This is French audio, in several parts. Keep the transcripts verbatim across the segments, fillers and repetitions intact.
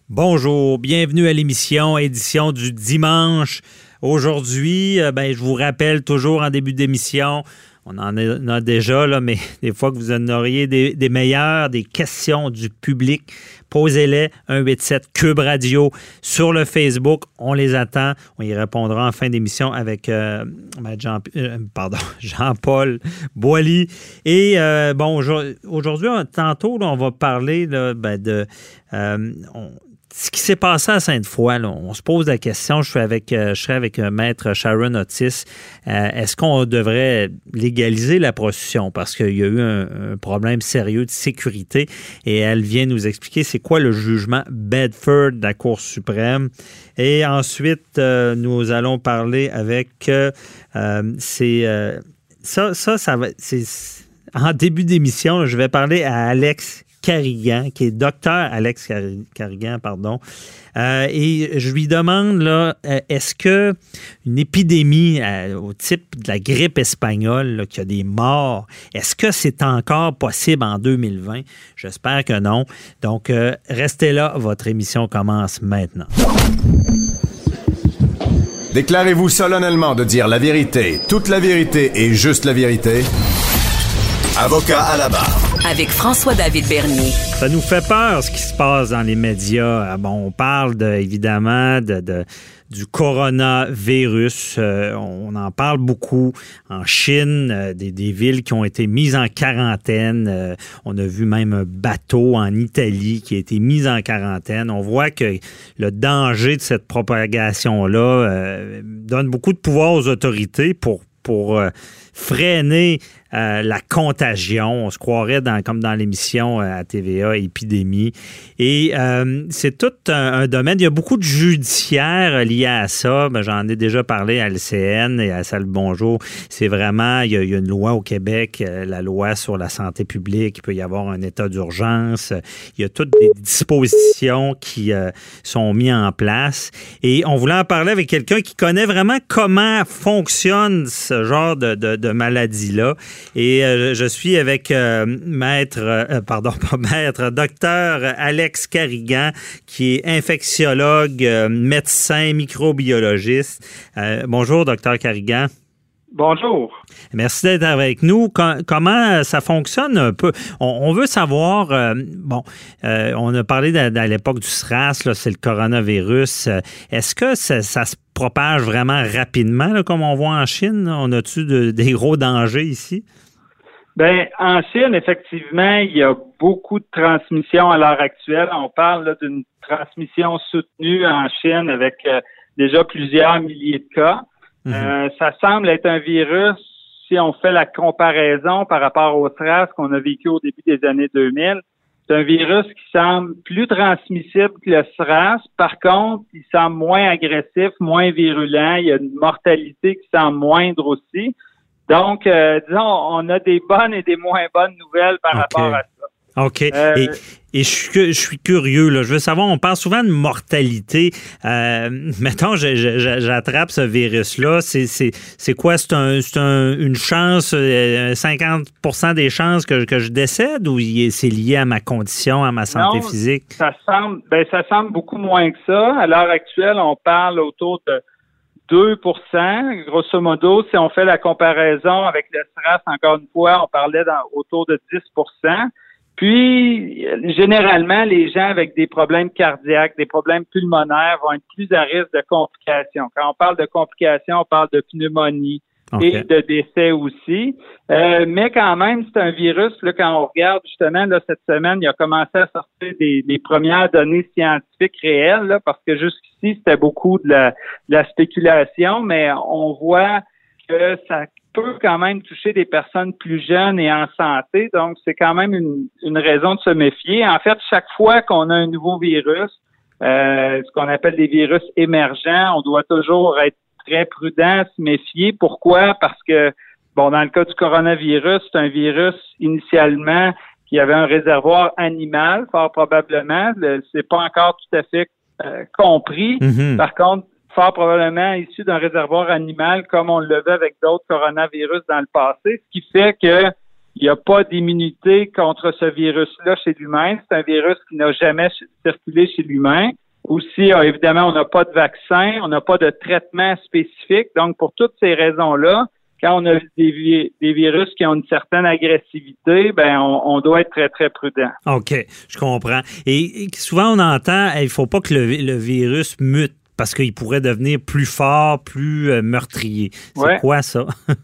Bonjour, bienvenue à l'émission, édition du dimanche. Aujourd'hui, euh, ben, je vous rappelle toujours en début d'émission, on en a déjà, là, mais des fois que vous en auriez des, des meilleures, des questions du public, posez-les, un huit sept Cube Radio sur le Facebook. On les attend. On y répondra en fin d'émission avec euh, Jean, euh, pardon, Jean-Paul Boilly. Et euh, bon, aujourd'hui, tantôt, là, on va parler là, ben, de... Euh, on, ce qui s'est passé à Sainte-Foy, là, on se pose la question, je suis avec, euh, je serai avec euh, Maître Sharon Otis, euh, est-ce qu'on devrait légaliser la prostitution? Parce qu'il y a eu un, un problème sérieux de sécurité et elle vient nous expliquer c'est quoi le jugement Bedford de la Cour suprême. Et ensuite, euh, nous allons parler avec... Euh, euh, c'est, euh, ça, ça, ça va... C'est, en début d'émission, là, je vais parler à Alex Carrigan, qui est docteur Alex Carrigan, pardon. Euh, et je lui demande, là, est-ce que une épidémie euh, au type de la grippe espagnole, là, qui a des morts, est-ce que c'est encore possible en deux mille vingt? J'espère que non. Donc, euh, restez là, votre émission commence maintenant. Déclarez-vous solennellement de dire la vérité, toute la vérité et juste la vérité. Avocat à la barre. Avec François-David Bernier. Ça nous fait peur ce qui se passe dans les médias. Bon, on parle de, évidemment de, de, du coronavirus. Euh, on en parle beaucoup. En Chine, euh, des, des villes qui ont été mises en quarantaine. Euh, on a vu même un bateau en Italie qui a été mis en quarantaine. On voit que le danger de cette propagation-là euh, donne beaucoup de pouvoir aux autorités pour, pour euh, freiner Euh, la contagion. On se croirait dans, comme dans l'émission euh, à T V A, Épidémie. Et euh, c'est tout un, un domaine. Il y a beaucoup de judiciaires liés à ça. Ben, j'en ai déjà parlé à L C N et à Salut Bonjour. C'est vraiment, il y, a, il y a une loi au Québec, euh, la loi sur la santé publique. Il peut y avoir un état d'urgence. Il y a toutes des dispositions qui euh, sont mises en place. Et on voulait en parler avec quelqu'un qui connaît vraiment comment fonctionne ce genre de, de, de maladie-là. Et euh, je suis avec euh, maître, euh, pardon, pas maître, docteur Alex Carrigan, qui est infectiologue, euh, médecin, microbiologiste. Euh, bonjour, docteur Carrigan. Bonjour. Merci d'être avec nous. Com- comment ça fonctionne un peu? On, on veut savoir, euh, bon, euh, on a parlé de, de, à l'époque du SRAS, là, c'est le coronavirus. Euh, est-ce que ça, ça se propage vraiment rapidement, là, comme on voit en Chine? Là? On a-tu de, des gros dangers ici? Bien, en Chine, effectivement, il y a beaucoup de transmissions à l'heure actuelle. On parle là, d'une transmission soutenue en Chine avec euh, déjà plusieurs milliers de cas. Mmh. Euh, ça semble être un virus, si on fait la comparaison par rapport au SRAS qu'on a vécu au début des années deux mille, c'est un virus qui semble plus transmissible que le SRAS. Par contre, il semble moins agressif, moins virulent. Il y a une mortalité qui semble moindre aussi. Donc, euh, disons, on a des bonnes et des moins bonnes nouvelles par okay. rapport à ça. OK. Euh, et et je, suis, je suis curieux, là. Je veux savoir, on parle souvent de mortalité. Euh, mettons, je, je, j'attrape ce virus-là. C'est, c'est, c'est quoi? C'est, un, c'est un, une chance, cinquante pour cent des chances que, que je décède ou c'est lié à ma condition, à ma santé non, physique? Ça semble, ben, ça semble beaucoup moins que ça. À l'heure actuelle, on parle autour de deux pour cent. Grosso modo, si on fait la comparaison avec le SRAS, encore une fois, on parlait dans, autour de dix pour cent. Puis, généralement, les gens avec des problèmes cardiaques, des problèmes pulmonaires vont être plus à risque de complications. Quand on parle de complications, on parle de pneumonie okay. et de décès aussi. Euh, mais quand même, c'est un virus, là, quand on regarde justement, là, cette semaine, il a commencé à sortir des, des premières données scientifiques réelles, là, parce que jusqu'ici, c'était beaucoup de la, de la spéculation, mais on voit que ça peut quand même toucher des personnes plus jeunes et en santé, donc c'est quand même une, une raison de se méfier. En fait, chaque fois qu'on a un nouveau virus, euh, ce qu'on appelle des virus émergents, on doit toujours être très prudent, se méfier. Pourquoi? Parce que, bon, dans le cas du coronavirus, c'est un virus initialement qui avait un réservoir animal, fort probablement. Le, c'est pas encore tout à fait euh, compris. Mm-hmm. Par contre, fort probablement issu d'un réservoir animal comme on le fait avec d'autres coronavirus dans le passé, ce qui fait que il n'y a pas d'immunité contre ce virus-là chez l'humain. C'est un virus qui n'a jamais circulé chez l'humain. Aussi, évidemment, on n'a pas de vaccin, on n'a pas de traitement spécifique. Donc, pour toutes ces raisons-là, quand on a des, vi- des virus qui ont une certaine agressivité, ben on, on doit être très, très prudent. OK, je comprends. Et, et souvent, on entend, il ne faut pas que le, le virus mute parce qu'il pourrait devenir plus fort, plus euh, meurtrier. C'est ouais. quoi ça?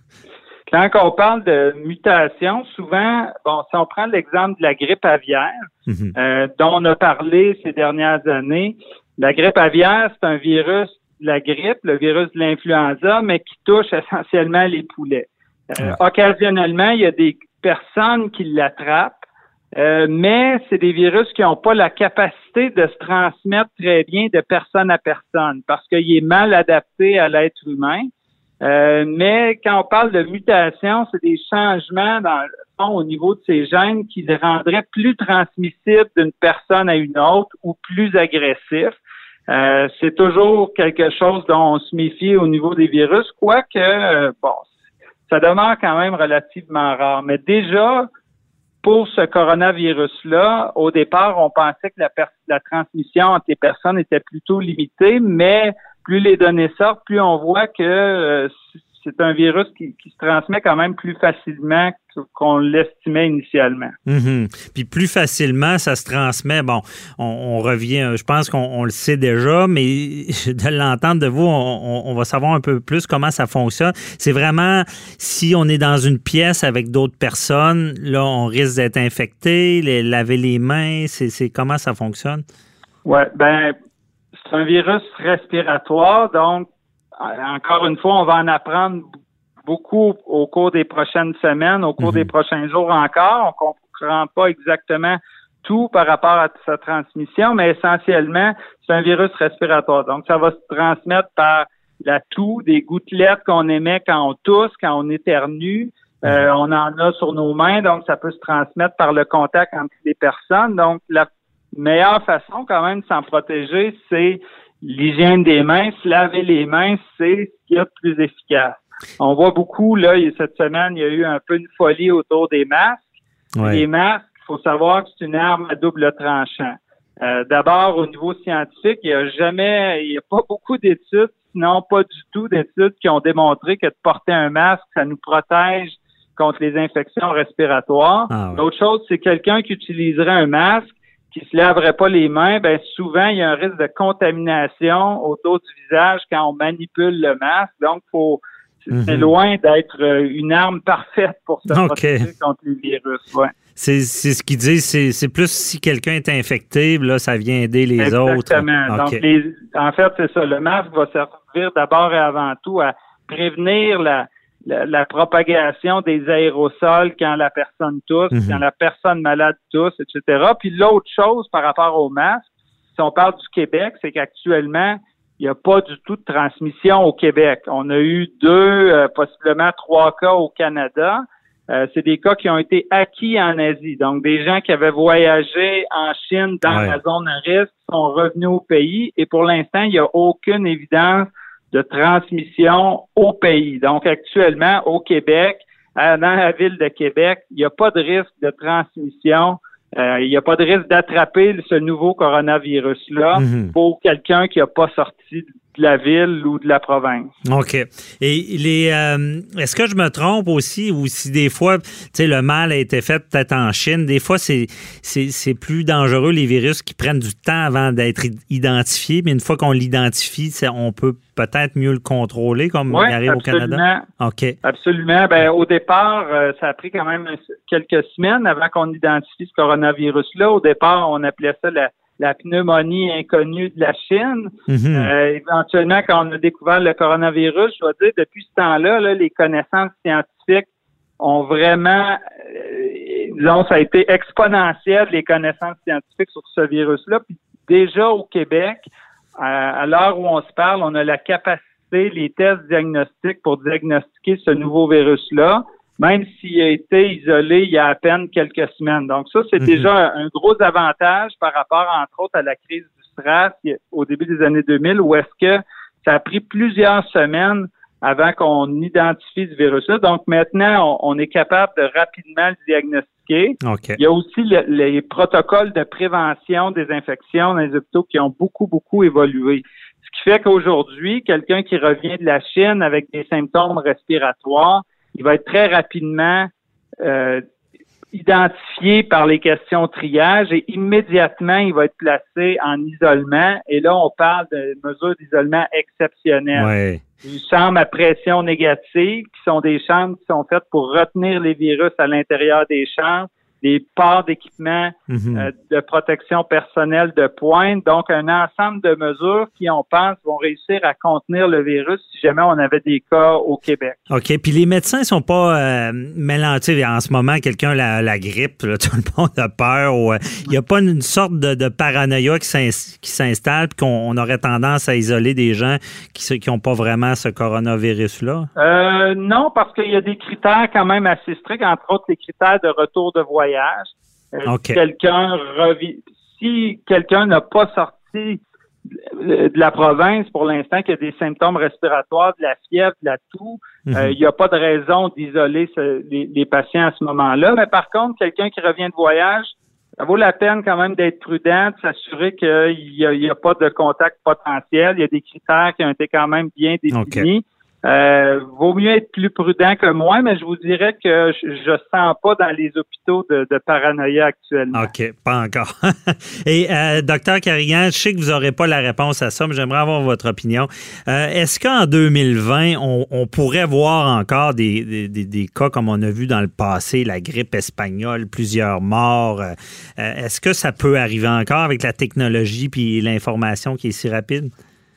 Quand on parle de mutation, souvent, bon, si on prend l'exemple de la grippe aviaire, mm-hmm. euh, dont on a parlé ces dernières années, la grippe aviaire, c'est un virus de la grippe, le virus de l'influenza, mais qui touche essentiellement les poulets. Euh, ouais. Occasionnellement, il y a des personnes qui l'attrapent, euh, mais c'est des virus qui n'ont pas la capacité de se transmettre très bien de personne à personne parce qu'il est mal adapté à l'être humain. Euh, mais quand on parle de mutation, c'est des changements dans le fond au niveau de ces gènes qui les rendraient plus transmissibles d'une personne à une autre ou plus agressifs. Euh, c'est toujours quelque chose dont on se méfie au niveau des virus, quoique, euh, bon, ça demeure quand même relativement rare. Mais déjà, pour ce coronavirus-là, au départ, on pensait que la, per- la transmission entre les personnes était plutôt limitée, mais plus les données sortent, plus on voit que euh, c'est un virus qui, qui se transmet quand même plus facilement qu'on l'estimait initialement. Mm-hmm. Puis plus facilement, ça se transmet. Bon, on, on revient, je pense qu'on on le sait déjà, mais de l'entendre de vous, on, on va savoir un peu plus comment ça fonctionne. C'est vraiment, si on est dans une pièce avec d'autres personnes, là, on risque d'être infecté, les, laver les mains, c'est, c'est comment ça fonctionne? Ouais, ben, c'est un virus respiratoire, donc encore une fois, on va en apprendre beaucoup au cours des prochaines semaines, au cours mm-hmm. des prochains jours encore. On comprend pas exactement tout par rapport à sa transmission, mais essentiellement, c'est un virus respiratoire. Donc, ça va se transmettre par la toux, des gouttelettes qu'on émet quand on tousse, quand on éternue. Euh, on en a sur nos mains, donc ça peut se transmettre par le contact entre les personnes. Donc, la meilleure façon quand même de s'en protéger, c'est l'hygiène des mains, se laver les mains, c'est ce qu'il y a de plus efficace. On voit beaucoup, là, cette semaine, il y a eu un peu une folie autour des masques. Ouais. Les masques, il faut savoir que c'est une arme à double tranchant. Euh, d'abord, au niveau scientifique, il n'y a jamais, il n'y a pas beaucoup d'études, sinon pas du tout d'études qui ont démontré que de porter un masque, ça nous protège contre les infections respiratoires. Ah ouais. L'autre chose, c'est quelqu'un qui utiliserait un masque qui se laverait pas les mains, ben souvent il y a un risque de contamination autour du visage quand on manipule le masque. Donc faut mm-hmm. c'est loin d'être une arme parfaite pour se okay. protéger contre les virus. Ouais. C'est, c'est ce qu'ils disent, c'est, c'est plus si quelqu'un est infecté, là ça vient aider les Exactement. autres. Exactement. Donc okay. les, en fait c'est ça, le masque va servir d'abord et avant tout à prévenir la La, la propagation des aérosols quand la personne tousse, mm-hmm. quand la personne malade tousse, et cetera. Puis l'autre chose par rapport au masque, si on parle du Québec, c'est qu'actuellement, il n'y a pas du tout de transmission au Québec. On a eu deux, euh, possiblement trois cas au Canada. Euh, c'est des cas qui ont été acquis en Asie. Donc, des gens qui avaient voyagé en Chine dans ouais. la zone à risque sont revenus au pays. Et pour l'instant, il n'y a aucune évidence de transmission au pays. Donc, actuellement, au Québec, dans la ville de Québec, il n'y a pas de risque de transmission. Euh, il n'y a pas de risque d'attraper ce nouveau coronavirus-là mm-hmm. pour quelqu'un qui n'a pas sorti de la ville ou de la province. OK. Et les, euh, est-ce que je me trompe aussi, ou si des fois, tu sais, le mal a été fait peut-être en Chine, des fois, c'est, c'est, c'est plus dangereux, les virus qui prennent du temps avant d'être identifiés, mais une fois qu'on l'identifie, on peut peut-être mieux le contrôler, comme oui, il arrive absolument. au Canada? OK. Absolument. Ben, au départ, euh, ça a pris quand même quelques semaines avant qu'on identifie ce coronavirus-là. Au départ, on appelait ça la la pneumonie inconnue de la Chine. Mm-hmm. Euh, éventuellement, quand on a découvert le coronavirus, je dois dire, depuis ce temps-là, là, les connaissances scientifiques ont vraiment, euh, disons, ça a été exponentiel, les connaissances scientifiques sur ce virus-là. Puis déjà au Québec, à, à l'heure où on se parle, on a la capacité, les tests diagnostiques pour diagnostiquer ce nouveau virus-là, même s'il a été isolé il y a à peine quelques semaines. Donc ça, c'est mm-hmm. déjà un gros avantage par rapport, entre autres, à la crise du SRAS au début des années deux mille, où est-ce que ça a pris plusieurs semaines avant qu'on identifie ce virus-là. Donc maintenant, on, on est capable de rapidement le diagnostiquer. Okay. Il y a aussi le, les protocoles de prévention des infections dans les hôpitaux qui ont beaucoup, beaucoup évolué. Ce qui fait qu'aujourd'hui, quelqu'un qui revient de la Chine avec des symptômes respiratoires, il va être très rapidement euh, identifié par les questions triage et immédiatement, il va être placé en isolement. Et là, on parle de mesures d'isolement exceptionnelles. Ouais. Une chambre à pression négative, qui sont des chambres qui sont faites pour retenir les virus à l'intérieur des chambres, des ports d'équipement mm-hmm. euh, de protection personnelle de pointe. Donc, un ensemble de mesures qui, on pense, vont réussir à contenir le virus si jamais on avait des cas au Québec. OK. Puis les médecins ne sont pas euh, mélangés. En ce moment, quelqu'un la, la grippe, là, tout le monde a peur. Il euh, n'y a pas une sorte de, de paranoïa qui, s'in- qui s'installe puis qu'on on aurait tendance à isoler des gens qui n'ont pas vraiment ce coronavirus-là? Euh, non, parce qu'il y a des critères quand même assez stricts, entre autres les critères de retour de voyage. Euh, okay. Si quelqu'un revi- si quelqu'un n'a pas sorti de la province pour l'instant, qu'il y a des symptômes respiratoires, de la fièvre, de la toux, mm-hmm. euh, il n'y a pas de raison d'isoler ce, les, les patients à ce moment-là. Mais par contre, quelqu'un qui revient de voyage, ça vaut la peine quand même d'être prudent, de s'assurer qu'il n'y a, il y a pas de contact potentiel. Il y a des critères qui ont été quand même bien définis. Okay. Euh, vaut mieux être plus prudent que moi, mais je vous dirais que je, je sens pas dans les hôpitaux de, de paranoïa actuellement. OK, pas encore. Et euh, docteur Carignan, je sais que vous n'aurez pas la réponse à ça, mais j'aimerais avoir votre opinion. Euh, est-ce qu'en deux mille vingt, on, on pourrait voir encore des, des, des cas comme on a vu dans le passé, la grippe espagnole, plusieurs morts? Euh, est-ce que ça peut arriver encore avec la technologie puis l'information qui est si rapide?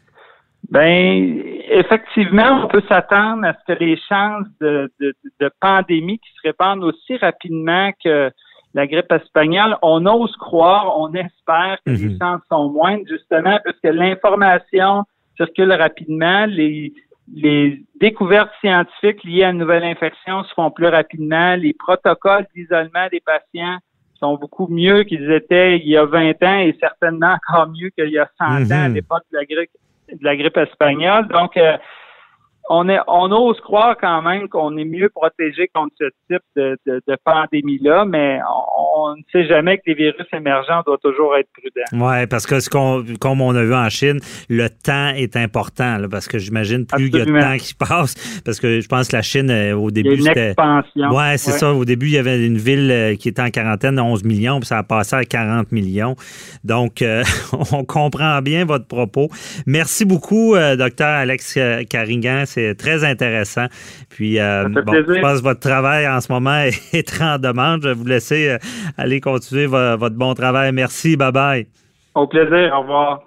Ben, effectivement, on peut s'attendre à ce que les chances de, de, de pandémie qui se répandent aussi rapidement que la grippe espagnole, on ose croire, on espère que mm-hmm. les chances sont moindres, justement, parce que l'information circule rapidement, les, les découvertes scientifiques liées à une nouvelle infection se font plus rapidement, les protocoles d'isolement des patients sont beaucoup mieux qu'ils étaient il y a vingt ans et certainement encore mieux qu'il y a cent mm-hmm. ans à l'époque de la grippe de la grippe espagnole. Donc, euh, on est, on ose croire quand même qu'on est mieux protégé contre ce type de, de, de pandémie-là, mais on, on ne sait jamais que les virus émergents doivent toujours être prudents. Oui, parce que ce qu'on, comme on a vu en Chine, le temps est important, là, parce que j'imagine plus Absolument. Il y a de temps qui passe, parce que je pense que la Chine, au début, il y a une c'était... expansion. Ouais, c'est ouais. ça. Au début, il y avait une ville qui était en quarantaine de onze millions, puis ça a passé à quarante millions. Donc, euh, on comprend bien votre propos. Merci beaucoup, euh, docteur Alex Carignan. C'est très intéressant. Puis, euh, bon, je pense que votre travail en ce moment est, est très en demande. Je vais vous laisser euh, aller continuer vo- votre bon travail. Merci. Bye-bye. Au plaisir. Au revoir.